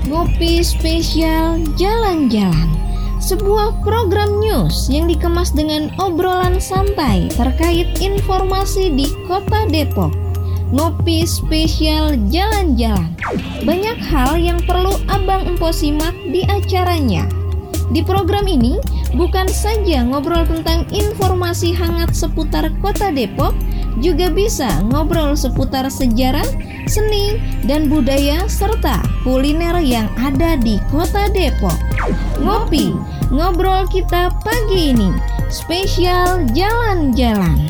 Ngopi spesial jalan-jalan. Sebuah program news yang dikemas dengan obrolan santai terkait informasi di Kota Depok. Ngopi spesial jalan-jalan. Banyak hal yang perlu Abang Empo simak di acaranya. Di program ini bukan saja ngobrol tentang informasi hangat seputar Kota Depok, juga bisa ngobrol seputar sejarah, seni, dan budaya serta kuliner yang ada di Kota Depok. Ngopi, ngobrol kita pagi ini, spesial jalan-jalan.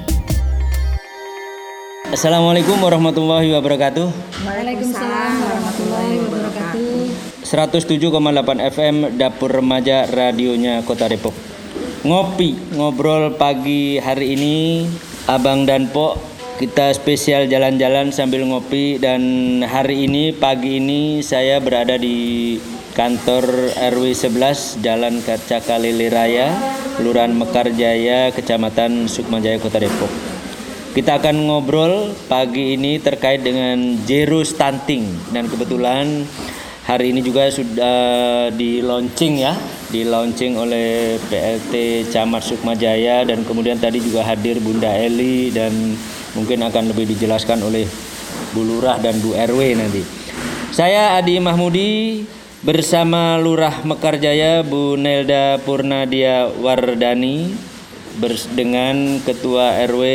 Assalamualaikum warahmatullahi wabarakatuh. Waalaikumsalam warahmatullahi wabarakatuh. 107,8 FM Dapur Remaja radionya Kota Depok. Ngopi, ngobrol pagi hari ini Abang dan Po, kita spesial jalan-jalan sambil ngopi. Dan hari ini, pagi ini saya berada di kantor RW 11 Jalan Kaca Lele Raya, Kelurahan Mekarjaya, Kecamatan Sukmajaya, Kota Depok. Kita akan ngobrol pagi ini terkait dengan Jero Stunting. Dan kebetulan hari ini juga sudah di-launching oleh PLT Camat Sukmajaya, dan kemudian tadi juga hadir Bunda Eli, dan mungkin akan lebih dijelaskan oleh Bu Lurah dan Bu RW nanti. Saya Adi Mahmudi bersama Lurah Mekarjaya Bu Nelda Purnadia Wardani dengan Ketua RW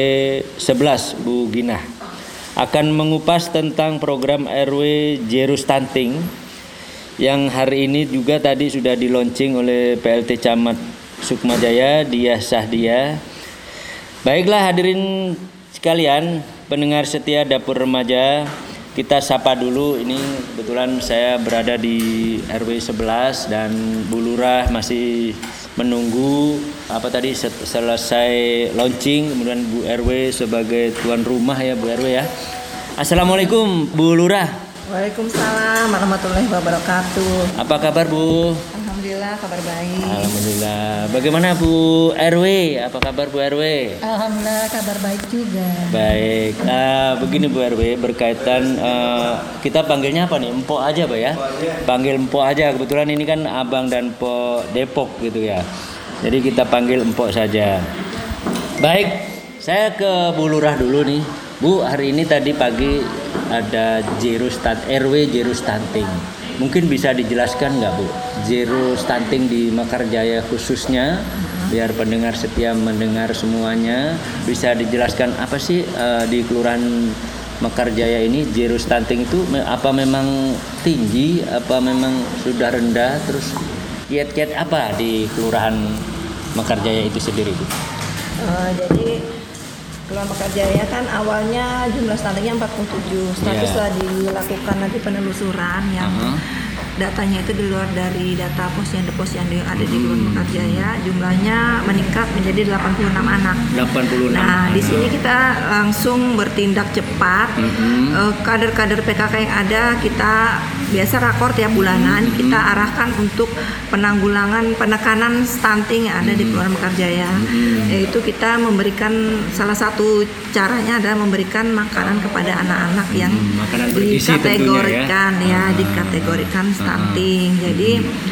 11 Bu Ginah akan mengupas tentang program RW Jero Stunting yang hari ini juga tadi sudah di-launching oleh PLT Camat Sukmajaya, Diah Sahdia. Baiklah hadirin sekalian, pendengar setia Dapur Remaja, kita sapa dulu. Ini kebetulan saya berada di RW 11 dan Bu Lurah masih menunggu selesai launching, kemudian Bu RW sebagai tuan rumah ya, Bu RW ya. Assalamualaikum Bu Lurah. Waalaikumsalam warahmatullahi wabarakatuh. Apa kabar Bu? Alhamdulillah kabar baik. Alhamdulillah. Bagaimana Bu RW? Apa kabar Bu RW? Alhamdulillah kabar baik juga. Baik. Begini Bu RW, berkaitan kita panggilnya apa nih? Empok aja Pak ya? Panggil Empok aja. Kebetulan ini kan Abang dan Po Depok gitu ya. Jadi kita panggil Empok saja. Baik. Saya ke Bu Lurah dulu nih. Bu, hari ini tadi pagi ada RW Jero Stunting. Mungkin bisa dijelaskan nggak Bu, Jero Stunting di Mekarjaya khususnya, biar pendengar setia mendengar semuanya. Bisa dijelaskan apa sih di Kelurahan Mekarjaya ini Jero Stunting itu apa memang tinggi, apa memang sudah rendah, terus kiat-kiat apa di Kelurahan Mekarjaya itu sendiri Bu? Jadi Kelurahan Mekarjaya kan awalnya jumlah stuntingnya 47, tapi setelah dilakukan nanti penelusuran yang datanya itu di luar dari data posyandu ada di Kelurahan Mekarjaya, jumlahnya meningkat menjadi 86 anak. 86. Nah, di sini kita langsung bertindak cepat. Kader-kader PKK yang ada kita biasa rakor tiap bulanan, kita arahkan untuk penekanan stunting yang ada di Kelurahan Mekarjaya. Yaitu kita memberikan, salah satu caranya adalah memberikan makanan kepada anak-anak yang dikategorikan dikategorikan stunting. Jadi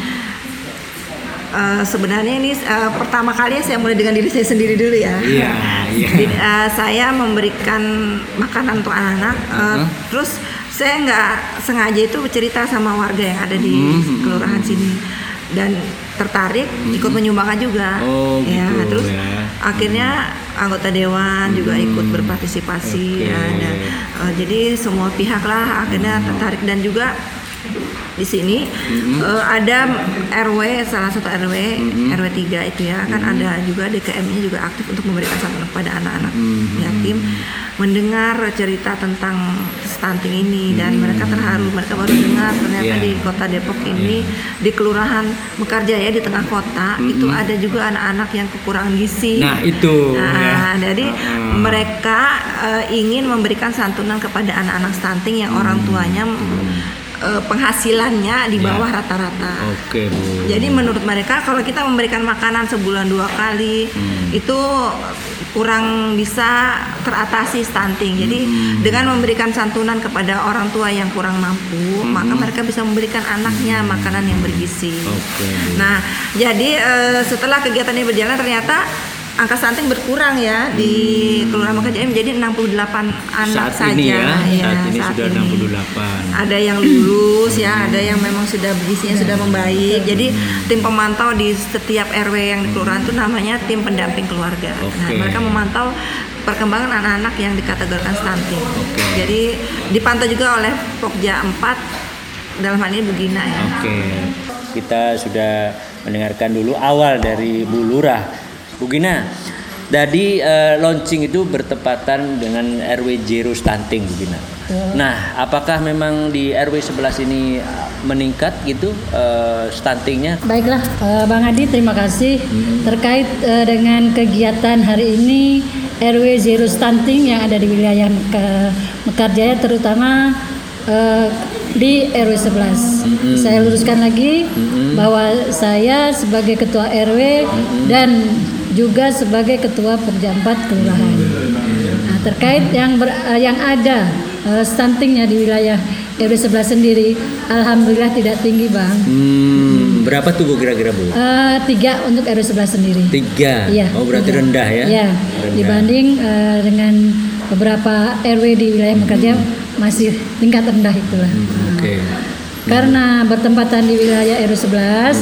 sebenarnya ini pertama kali saya mulai dengan diri saya sendiri dulu ya. Saya memberikan makanan untuk anak-anak. Terus saya nggak sengaja itu bercerita sama warga yang ada di kelurahan sini dan tertarik ikut menyumbangkan juga. Terus akhirnya anggota dewan juga ikut berpartisipasi. Jadi semua pihak lah akhirnya tertarik, dan juga di sini ada salah satu RW 3 itu ya, kan ada juga DKM-nya juga aktif untuk memberikan santunan kepada anak-anak yatim. Mendengar cerita tentang stunting ini dan mereka terharu, mereka baru dengar ternyata di Kota Depok ini, di Kelurahan Mekarjaya di tengah kota itu ada juga anak-anak yang kekurangan gizi. Jadi mereka ingin memberikan santunan kepada anak-anak stunting yang orang tuanya penghasilannya di bawah rata-rata. Oke, Bu. Jadi menurut mereka kalau kita memberikan makanan sebulan 2 kali itu kurang bisa teratasi stunting. Jadi dengan memberikan santunan kepada orang tua yang kurang mampu, maka mereka bisa memberikan anaknya makanan yang bergizi. Nah, jadi setelah kegiatan ini berjalan ternyata angka stunting berkurang ya di Kelurahan Mekarjaya menjadi 68 anak saat saja. ini ya, saat ini saat sudah ini. 68. Ada yang lulus ya, ada yang memang sudah gizinya sudah membaik. Jadi tim pemantau di setiap RW yang di kelurahan itu namanya tim pendamping keluarga. Nah, mereka memantau perkembangan anak-anak yang dikategorikan stunting. Jadi dipantau juga oleh Pokja 4 dalam hal ini Bu Gina ya. Kita sudah mendengarkan dulu awal dari Bu Lurah. Bu Gina, tadi launching itu bertepatan dengan RW Zero Stunting, Bu Gina. Nah, apakah memang di RW 11 ini meningkat gitu stuntingnya? Baiklah, Bang Adi, terima kasih terkait dengan kegiatan hari ini RW Zero Stunting yang ada di wilayah Mekarjaya, terutama di RW 11. Saya luruskan lagi bahwa saya sebagai ketua RW dan juga sebagai ketua Perjampat Kelurahan. Nah, terkait yang ada stuntingnya di wilayah RW 11 sendiri, alhamdulillah tidak tinggi, Bang. Berapa tuh Bu kira-kira, Bu? 3 untuk RW 11 sendiri. 3? Iya, Oh, berarti 3. Rendah ya? Iya, dibanding dengan beberapa RW di wilayah Mekarjaya masih tingkat rendah itulah. Karena bertempatan di wilayah RW 11,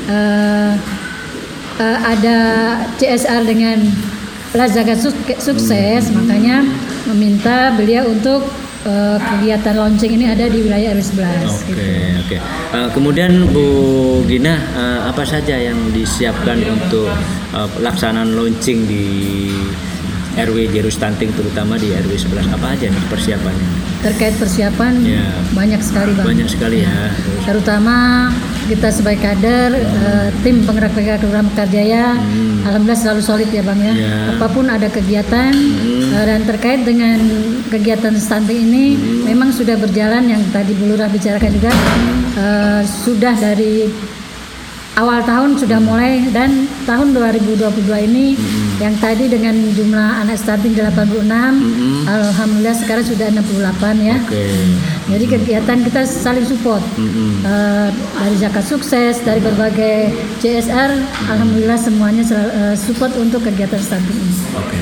ada CSR dengan Lazaga Sukses, makanya meminta beliau untuk kegiatan launching ini ada di wilayah RW 11. Kemudian Bu Gina, apa saja yang disiapkan untuk pelaksanaan launching di RW Zero Stunting, terutama di RW 11, apa aja nih persiapannya? Terkait persiapan banyak sekali, Bang. Banyak sekali ya. Terutama kita sebagai kader, tim penggerak PKK Kelurahan Mekarjaya, alhamdulillah selalu solid ya, Bang ya. Apapun ada kegiatan dan terkait dengan kegiatan stunting ini memang sudah berjalan, yang tadi Bu Lurah bicarakan juga, sudah dari awal tahun sudah mulai, dan tahun 2022 ini yang tadi dengan jumlah anak stunting 86, alhamdulillah sekarang sudah 68 ya. Jadi kegiatan kita saling support, dari Zakat Sukses, dari berbagai CSR, alhamdulillah semuanya support untuk kegiatan stunting ini.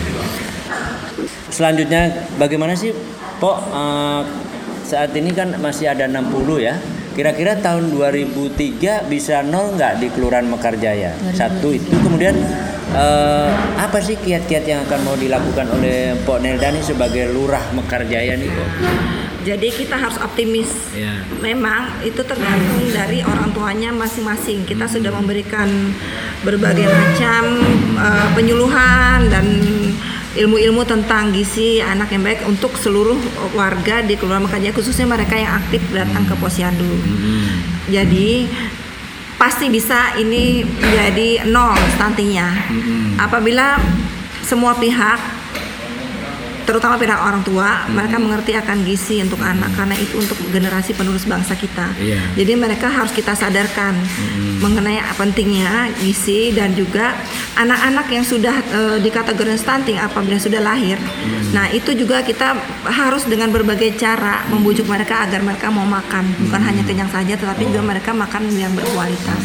Selanjutnya bagaimana sih, Pok? Saat ini kan masih ada 60 ya. Kira-kira tahun 2003 bisa 0 nggak di Kelurahan Mekarjaya? Satu itu. Kemudian apa sih kiat-kiat yang akan mau dilakukan oleh Pok Neldani sebagai Lurah Mekarjaya nih, Pok? Jadi kita harus optimis. Memang itu tergantung dari orang tuanya masing-masing. Kita sudah memberikan berbagai macam penyuluhan dan ilmu-ilmu tentang gizi anak yang baik untuk seluruh warga di Kelurahan Mekarjaya, khususnya mereka yang aktif datang ke Posyandu. Jadi pasti bisa ini menjadi 0 stuntingnya apabila semua pihak, terutama pihak orang tua, mereka mengerti akan gizi untuk anak, karena itu untuk generasi penerus bangsa kita. Jadi mereka harus kita sadarkan mengenai pentingnya gizi, dan juga anak-anak yang sudah dikategorikan stunting apabila sudah lahir. Nah, itu juga kita harus dengan berbagai cara membujuk mereka agar mereka mau makan, bukan hanya kenyang saja, tetapi juga mereka makan yang berkualitas.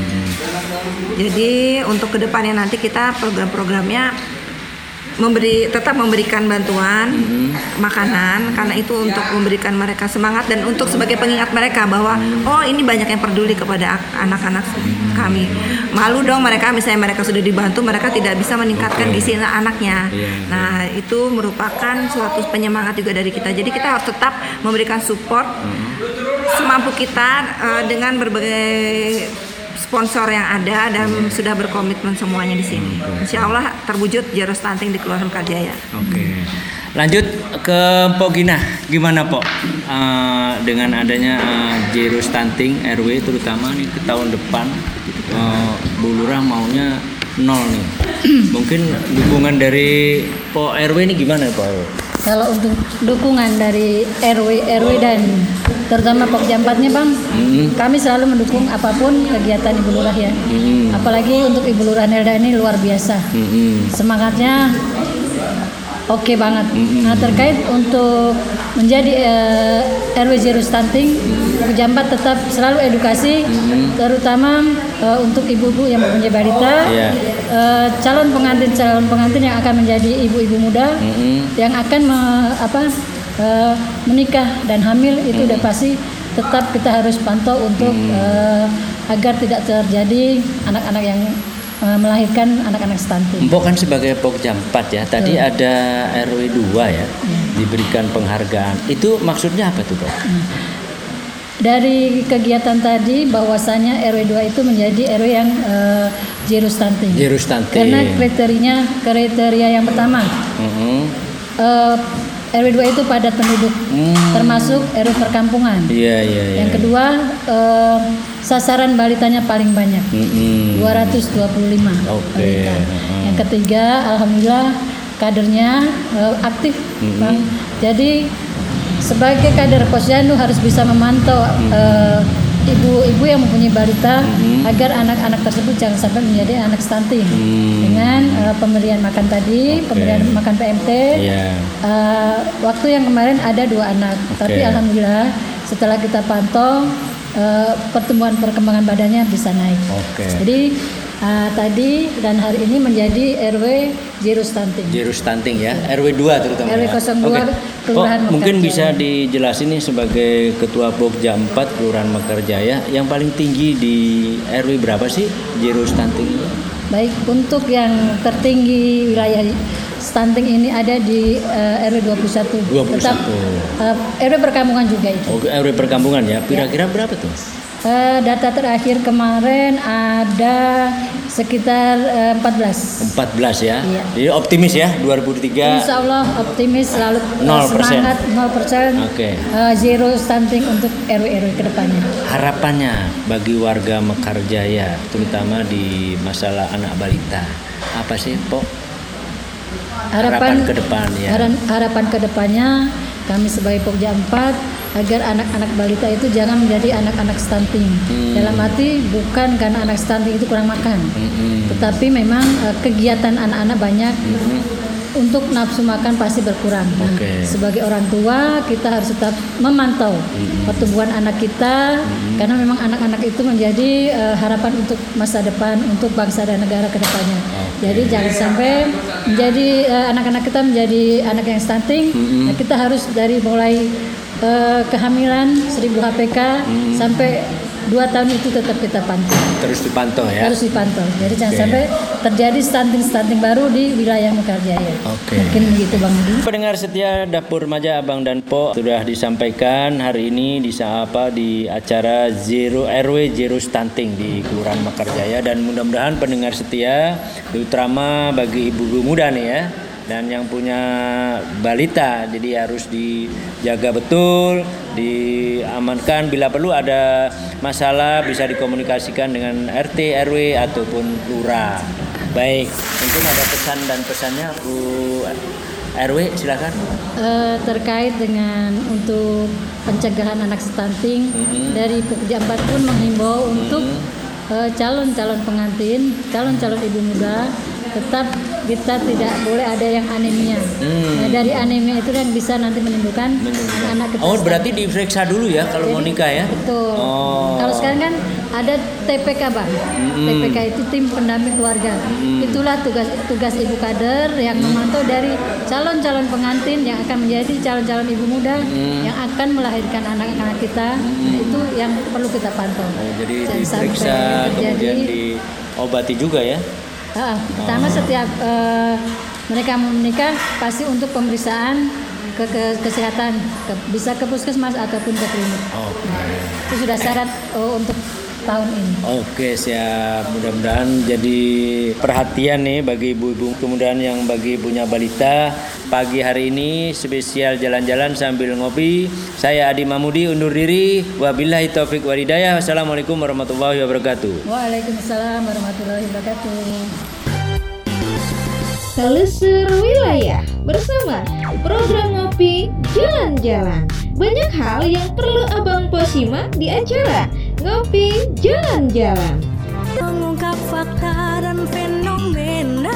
Jadi untuk kedepannya nanti kita program-programnya tetap memberikan bantuan makanan, karena itu untuk memberikan mereka semangat dan untuk sebagai pengingat mereka bahwa oh, ini banyak yang peduli kepada anak-anak kami. Malu dong mereka, misalnya mereka sudah dibantu, mereka tidak bisa meningkatkan gizi anaknya. Nah, itu merupakan suatu penyemangat juga dari kita. Jadi kita harus tetap memberikan support semampu kita dengan berbagai sponsor yang ada, dan sudah berkomitmen semuanya di sini. Insya Allah terwujud Zero Stunting di Kelurahan Mekarjaya. Lanjut ke Pok Gina, gimana Pok? Dengan adanya Zero Stunting RW, terutama nih ke tahun depan, Bu Lurah maunya 0 nih. Mungkin dukungan dari Pok RW ini gimana, Pok? Kalau untuk dukungan dari RW dan terutama Pokja 4-nya Bang, kami selalu mendukung apapun kegiatan Ibu Lurah ya. Apalagi untuk Ibu Lurah Nelda ini luar biasa. Semangatnya oke banget. Nah, terkait untuk menjadi RW Zero Stunting, Pokja 4 tetap selalu edukasi, terutama untuk ibu-ibu yang mempunyai balita, calon pengantin yang akan menjadi ibu-ibu muda, yang akan menikah dan hamil, itu udah pasti tetap kita harus pantau untuk agar tidak terjadi anak-anak yang melahirkan anak-anak stunting. Mbok kan sebagai Pokja 4 ya, tadi ada RW 2 ya, diberikan penghargaan. Itu maksudnya apa tuh, Mbok? Dari kegiatan tadi bahwasanya RW 2 itu menjadi RW yang zero stunting. Zero stunting. Karena kriteria yang pertama, RW 2 itu padat penduduk, termasuk RW perkampungan. Yang kedua, sasaran balitanya paling banyak, 225 balita. Yang ketiga, alhamdulillah kadernya aktif, Bang. Jadi sebagai kader Posyandu harus bisa memantau ibu-ibu yang mempunyai balita agar anak-anak tersebut jangan sampai menjadi anak stunting dengan pemberian makan tadi, pemberian makan PMT. Waktu yang kemarin ada 2 anak, tapi alhamdulillah setelah kita pantau pertumbuhan perkembangan badannya bisa naik. Jadi tadi dan hari ini menjadi RW Zero Stunting. Zero Stunting ya, RW 2 terutama. RW 02 Kelurahan Mekarjaya. Mungkin bisa dijelasin nih sebagai Ketua Pokja 4 Kelurahan Mekarjaya, yang paling tinggi di RW berapa sih Zero Stunting? Baik, untuk yang tertinggi wilayah stunting ini ada di RW 21. Tetap RW perkampungan juga itu. RW perkampungan ya. Kira-kira berapa tuh? Data terakhir kemarin ada sekitar 14 ya. Jadi optimis ya 2003. Insya Allah optimis, selalu 0%. Semangat 0%. Zero stunting untuk RW ke depannya. Harapannya bagi warga Mekarjaya, terutama di masalah anak balita, apa sih, Pok? Harapan ke depan ya. Harapan ke depannya kami sebagai Pokja 4 agar anak-anak balita itu jangan menjadi anak-anak stunting. Dalam arti bukan karena anak stunting itu kurang makan, tetapi memang kegiatan anak-anak banyak, untuk nafsu makan pasti berkurang. Nah, sebagai orang tua kita harus tetap memantau pertumbuhan anak kita, karena memang anak-anak itu menjadi harapan untuk masa depan, untuk bangsa dan negara ke depannya. Jadi jangan sampai menjadi anak-anak kita menjadi anak yang stunting. Nah, kita harus dari mulai kehamilan 1000 HPK sampai 2 tahun itu tetap kita pantau. Terus dipantau ya. Terus dipantau. Jadi jangan sampai terjadi stunting baru di wilayah Mekarjaya. Mungkin begitu Bang Budi. Pendengar setia Dapur Remaja Abang dan Po, sudah disampaikan hari ini di acara RW Zero Stunting di Kelurahan Mekarjaya, dan mudah-mudahan pendengar setia, terutama bagi ibu-ibu muda nih ya, dan yang punya balita, jadi harus dijaga betul, diamankan. Bila perlu ada masalah bisa dikomunikasikan dengan RT, RW ataupun lurah. Baik, mungkin ada pesan dan pesannya Bu RW, silakan. Terkait dengan untuk pencegahan anak stunting, dari Pokja 4 pun menghimbau untuk calon-calon pengantin, calon-calon ibu muda, tetap kita tidak boleh ada yang anemia. Nah, dari anemia itu yang bisa nanti menimbulkan anak kita. Berarti diperiksa dulu ya kalau mau nikah ya? Betul. Kalau sekarang kan ada TPK Bang. TPK itu tim pendamping keluarga. Itulah tugas ibu kader yang memantau dari calon-calon pengantin yang akan menjadi calon-calon ibu muda yang akan melahirkan anak-anak kita. Nah, itu yang perlu kita pantau. Jadi diperiksa kemudian diobati juga ya? Pertama setiap mereka mau menikah pasti untuk pemeriksaan kesehatan, bisa ke puskesmas ataupun ke klinik. Itu sudah syarat untuk tahun ini. Siap. Mudah-mudahan jadi perhatian nih bagi ibu-ibu, kemudian yang bagi punya balita. Pagi hari ini spesial jalan-jalan sambil ngopi. Saya Adi Mahmudi undur diri. Wabillahi taufik walhidayah. Wassalamualaikum warahmatullahi wabarakatuh. Waalaikumsalam warahmatullahi wabarakatuh. telusur wilayah bersama program Ngopi Jalan-Jalan. Banyak hal yang perlu Abang Po simak di acara Ngopi Jalan-Jalan. Mengungkap fakta dan fenomena.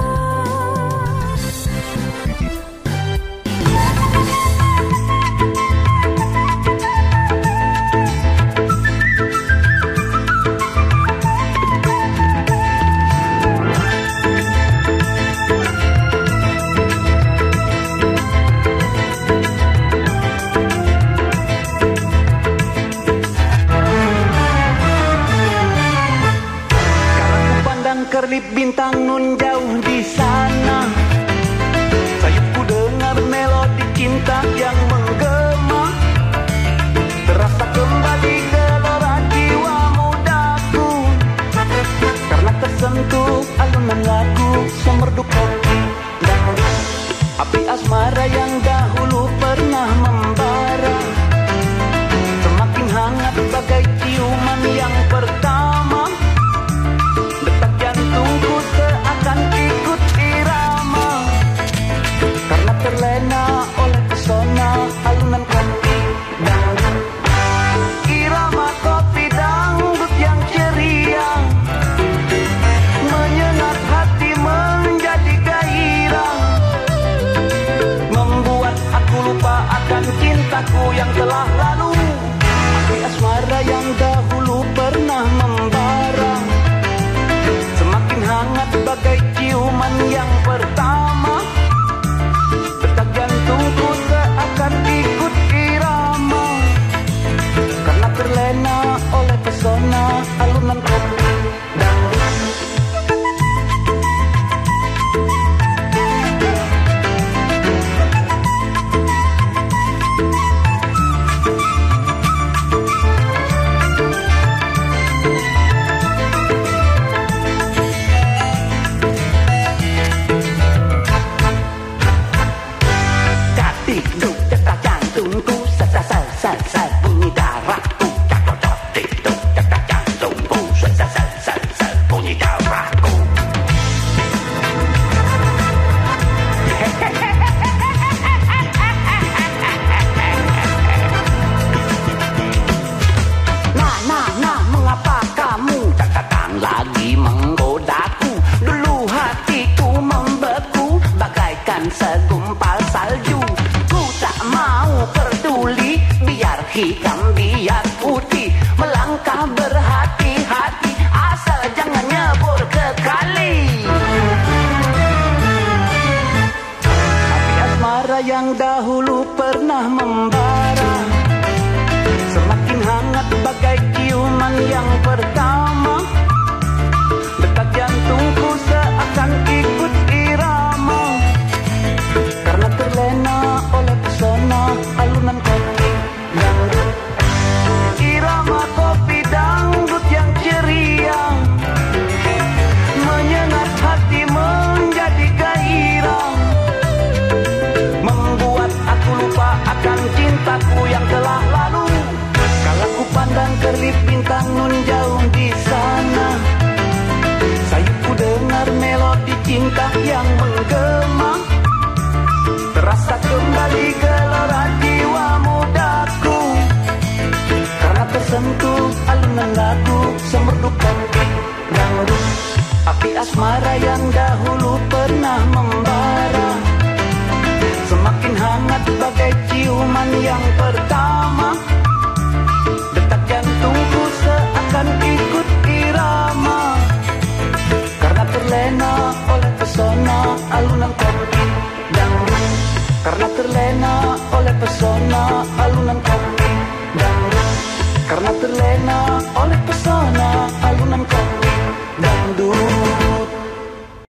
Kerlip bintang nun jauh di sana, sayupku dengar melodi cinta yang menggema, terasa kembali gelora jiwa mudaku, karena tersentuh alunan lagu semerdu kopi dangdut, api asmara yang dahulu pernah membara, semakin hangat bagai ciuman yang pertama. Jantungku seakan ikut irama, karena terlena oleh pesona alunan kopi dangdut. Irama kopi dangdut yang ceria menyengat hati menjadi gairah, membuat aku lupa akan cintaku yang telah lalu. Api asmara yang dahulu pernah membara, semakin hangat bagai ciuman yang pertama. Detak jantungku seakan ikut irama, karena terlena oleh pesona alunan kopi dangdut. Bunyi darahku, detak jantungku, bunyi darahku. Nah, mengapa kamu datang lagi menggodaku? Dulu hatiku membeku bagaikan segumpal salju. Ku tak mau peduli, biar hitam biar putih, melangkah berhati-hati, asal jangan nyebur ke kali. Api asmara yang dahulu pernah membara, semakin hangat bagai ciuman yang pertama. Detak jantungku seakan ikut irama, karena terlena oleh pesona alunan kopi dangdut. Irama kopi dangdut yang ceria menyengat hati menjadi gairah, membuat aku lupa akan cintaku yang telah lalu. Kalau ku pandang kerlip bintang nun jauh di sana, sayupku dengar melodi cinta yang menggema, terasa kembali gelora jiwa mudaku, karena tersentuh alunan lagu semerdu kopi dangdut. Api asmara yang dahulu pernah membara, semakin hangat bagai ciuman yang pertama. Detak jantungku seakan ikut irama, karena terlena oleh pesona alunan kopi dangdut, karena terlena oleh pesona alunan kopi dangdut, karena terlena oleh pesona alunan kopi.